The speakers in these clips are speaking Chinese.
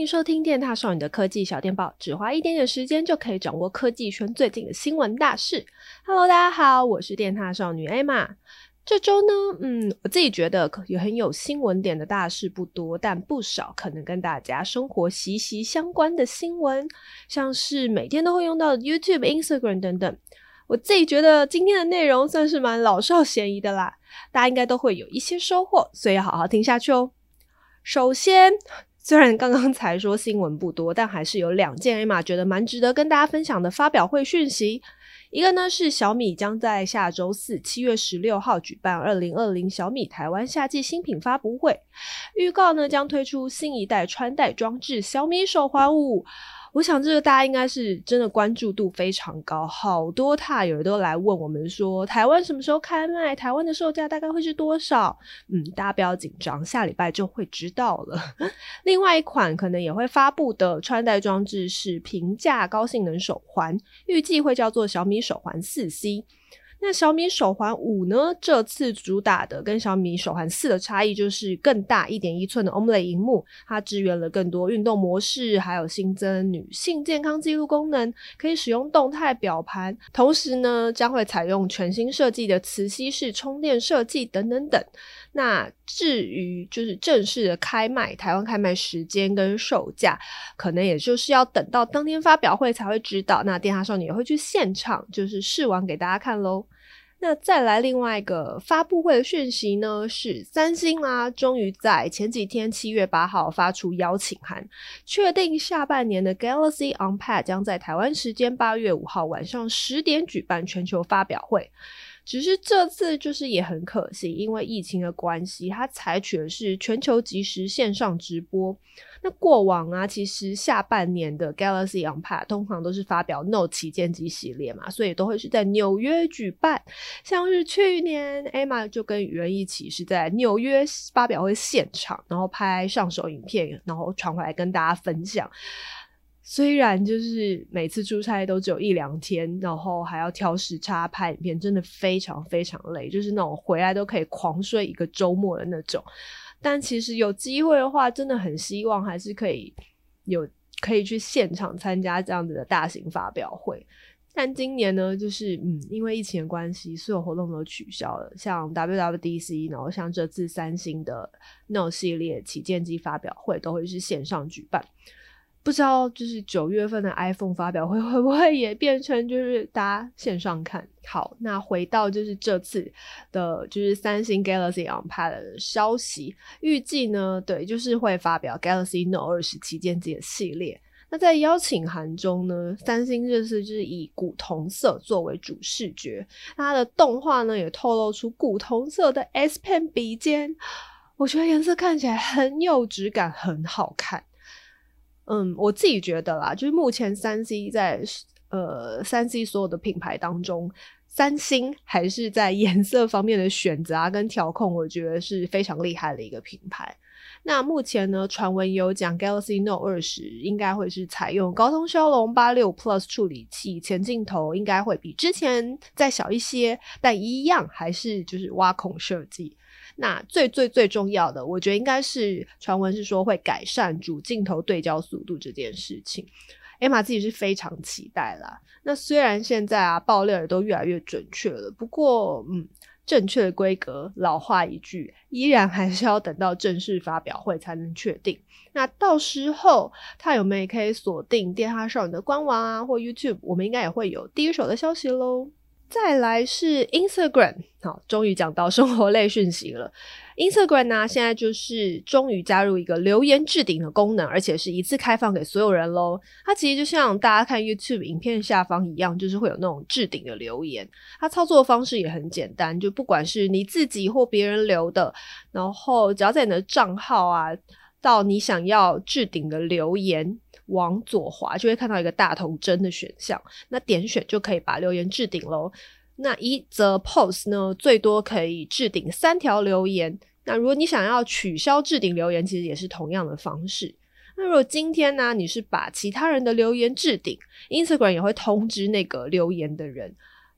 迎收听电踏少女的科技小电报，只花一点点时间就可以掌握科技圈最近的新闻大事。Hello， 大家好，我是电踏少女 Emma。这周呢，我自己觉得也很有新闻点的大事不多，但不少可能跟大家生活息息相关的新闻，像是每天都会用到的 YouTube、Instagram 等等。我自己觉得今天的内容算是蛮老少咸宜的啦，大家应该都会有一些收获，所以要好好听下去哦。首先，虽然刚刚才说新闻不多，但还是有2件 Emma 觉得蛮值得跟大家分享的发表会讯息。一个呢是小米将在下周四7月16号举办2020小米台湾夏季新品发布会，预告呢将推出新一代穿戴装置小米手环5。我想这个大家应该是真的关注度非常高，好多踏友都来问我们说台湾什么时候开卖，台湾的售价大概会是多少。大家不要紧张，下礼拜就会知道了。另外一款可能也会发布的穿戴装置是平价高性能手环，预计会叫做小米手环 4C。那小米手环5呢，这次主打的跟小米手环4的差异就是更大 1.1 寸的 OLED 萤幕，它支援了更多运动模式，还有新增女性健康记录功能，可以使用动态表盘，同时呢将会采用全新设计的磁吸式充电设计等等等。那至于就是正式的开卖，台湾开卖时间跟售价可能也就是要等到当天发表会才会知道，那电踏少女也会去现场就是试玩给大家看咯。那再来另外一个发布会的讯息呢，是三星终于在前几天7月8号发出邀请函，确定下半年的 Galaxy Unpacked 将在台湾时间8月5号晚上10点举办全球发表会。只是这次就是也很可惜，因为疫情的关系，它采取的是全球即时线上直播。那过往其实下半年的 Galaxy Unpacked 通常都是发表 Note 旗舰机系列嘛，所以都会是在纽约举办。像是去年 Emma 就跟雨人一起是在纽约发表会现场，然后拍上手影片，然后传回来跟大家分享。虽然就是每次出差都只有1-2天，然后还要挑时差拍影片，真的非常非常累，就是那种回来都可以狂睡一个周末的那种。但其实有机会的话，真的很希望还是可以去现场参加这样子的大型发表会。但今年呢，就是因为疫情的关系，所有活动都取消了，像 WWDC， 然后像这次三星的 Note 系列旗舰机发表会都会是线上举办。不知道就是9月份的 iPhone 发表会会不会也变成就是大家线上看。好，那回到就是这次的就是三星 Galaxy Unpacked 的消息，预计呢就是会发表 Galaxy Note 20旗舰机的系列。那在邀请函中呢，三星这次就是以古铜色作为主视觉，它的动画呢也透露出古铜色的 S Pen 笔尖，我觉得颜色看起来很有质感，很好看。我自己觉得啦，就是目前3C 在3C 所有的品牌当中，三星还是在颜色方面的选择跟调控，我觉得是非常厉害的一个品牌。那目前呢，传闻有讲 Galaxy Note 20应该会是采用高通骁龙86 Plus 处理器，前镜头应该会比之前再小一些，但一样还是就是挖孔设计。那最重要的，我觉得应该是传闻是说会改善主镜头对焦速度这件事情。Emma 自己是非常期待啦。那虽然现在爆料也都越来越准确了，不过正确的规格，老话一句，依然还是要等到正式发表会才能确定。那到时候它有没有也可以锁定电踏少女的官网或 YouTube， 我们应该也会有第一手的消息咯。再来是 Instagram， 好，终于讲到生活类讯息了。Instagram 现在就是终于加入一个留言置顶的功能，而且是一次开放给所有人咯。它其实就像大家看 YouTube 影片下方一样，就是会有那种置顶的留言。它操作的方式也很简单，就不管是你自己或别人留的，然后只要在你的账号到你想要置顶的留言，往左滑就会看到一个大头针的选项，那点选就可以把留言置顶咯。那一则 post 呢，最多可以置顶3条留言。那如果你想要取消置顶留言，其实也是同样的方式。那如果今天呢，你是把其他人的留言置顶， Instagram 也会通知那个留言的人，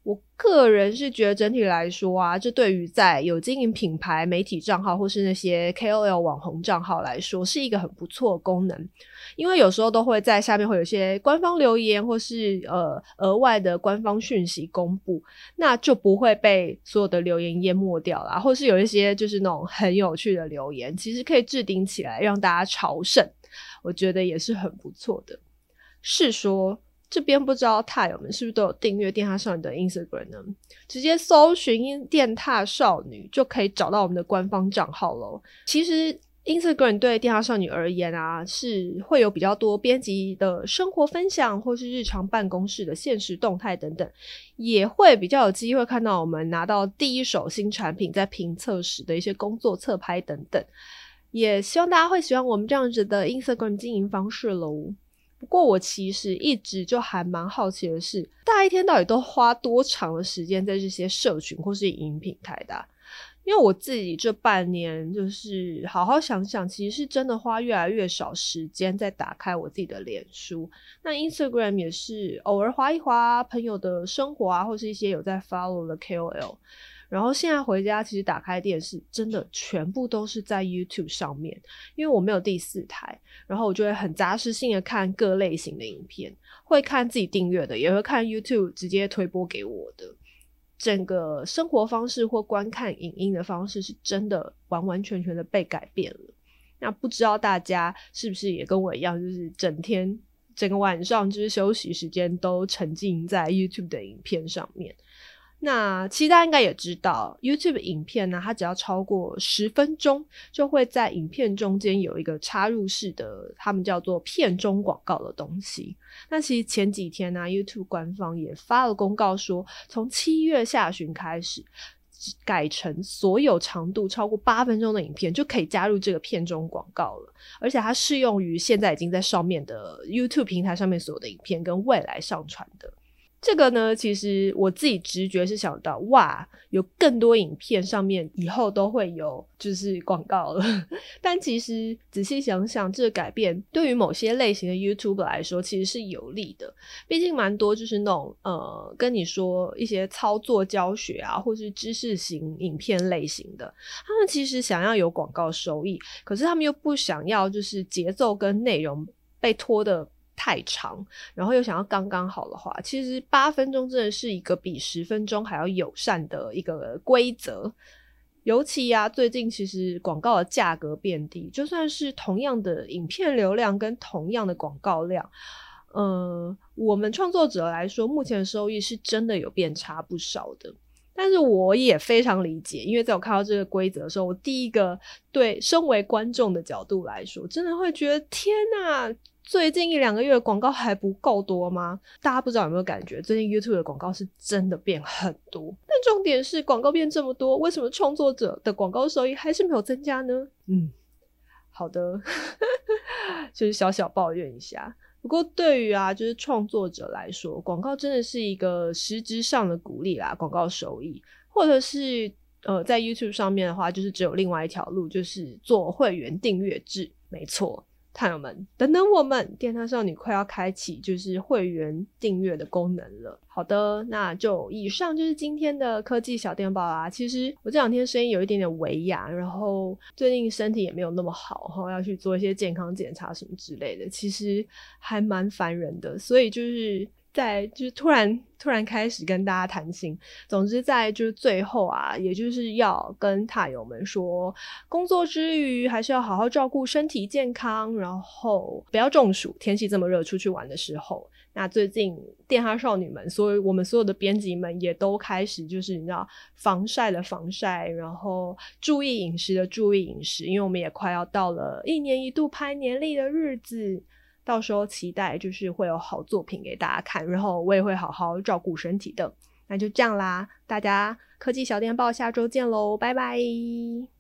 我个人是觉得整体来说啊，这对于在有经营品牌媒体账号或是那些 KOL 网红账号来说是一个很不错的功能，因为有时候都会在下面会有一些官方留言或是额外的官方讯息公布，那就不会被所有的留言淹没掉啦，或是有一些就是那种很有趣的留言，其实可以置顶起来让大家朝圣，我觉得也是很不错的。是说这边不知道踏友们是不是都有订阅电踏少女的 Instagram 呢？直接搜寻电踏少女就可以找到我们的官方账号咯。其实 Instagram 对电踏少女而言啊，是会有比较多编辑的生活分享或是日常办公室的现实动态等等，也会比较有机会看到我们拿到第一手新产品在评测时的一些工作侧拍等等，也希望大家会喜欢我们这样子的 Instagram 经营方式咯。不过我其实一直就还蛮好奇的是，大家一天到底都花多长的时间在这些社群或是影音平台的因为我自己这半年就是好好想想，其实是真的花越来越少时间在打开我自己的脸书，那 Instagram 也是偶尔滑一滑朋友的生活啊，或是一些有在 follow 的 KOL，然后现在回家其实打开电视真的全部都是在 YouTube 上面，因为我没有第四台，然后我就会很杂食性的看各类型的影片，会看自己订阅的，也会看 YouTube 直接推播给我的。整个生活方式或观看影音的方式是真的完完全全的被改变了。那不知道大家是不是也跟我一样，就是整个晚上就是休息时间都沉浸在 YouTube 的影片上面。那其实大家应该也知道 YouTube 影片呢，它只要超过10分钟就会在影片中间有一个插入式的他们叫做片中广告的东西。那其实前几天呢 YouTube 官方也发了公告说，从7月下旬开始改成所有长度超过8分钟的影片就可以加入这个片中广告了，而且它适用于现在已经在上面的 YouTube 平台上面所有的影片跟未来上传的。这个呢，其实我自己直觉是想到，哇，有更多影片上面以后都会有就是广告了。但其实仔细想想，这个改变对于某些类型的 YouTuber 来说其实是有利的。毕竟蛮多就是那种跟你说一些操作教学啊，或是知识型影片类型的，他们其实想要有广告收益，可是他们又不想要就是节奏跟内容被拖得太长，然后又想要刚刚好的话，其实8分钟真的是一个比10分钟还要友善的一个规则。尤其啊，最近其实广告的价格变低，就算是同样的影片流量跟同样的广告量，我们创作者来说，目前的收益是真的有变差不少的。但是我也非常理解，因为在我看到这个规则的时候，我第一个对身为观众的角度来说，真的会觉得天哪，最近1-2个月的广告还不够多吗？大家不知道有没有感觉，最近 YouTube 的广告是真的变很多，但重点是广告变这么多，为什么创作者的广告收益还是没有增加呢？好的就是小小抱怨一下。不过对于就是创作者来说，广告真的是一个实质上的鼓励啦，广告收益，或者是在 YouTube 上面的话，就是只有另外一条路，就是做会员订阅制。没错，探友们，等等我们电踏少女快要开启就是会员订阅的功能了。好的，那就以上就是今天的科技小电报啦。其实我这2天声音有一点点微哑，然后最近身体也没有那么好，然后要去做一些健康检查什么之类的，其实还蛮烦人的，所以就是突然开始跟大家谈心。总之在就是最后也就是要跟踏友们说，工作之余还是要好好照顾身体健康，然后不要中暑，天气这么热出去玩的时候。那最近电踏少女们，我们所有的编辑们也都开始就是你知道防晒的防晒，然后注意饮食的注意饮食，因为我们也快要到了1年1度拍年历的日子，到时候期待就是会有好作品给大家看，然后我也会好好照顾身体的。那就这样啦，大家科技小电报下周见咯，拜拜。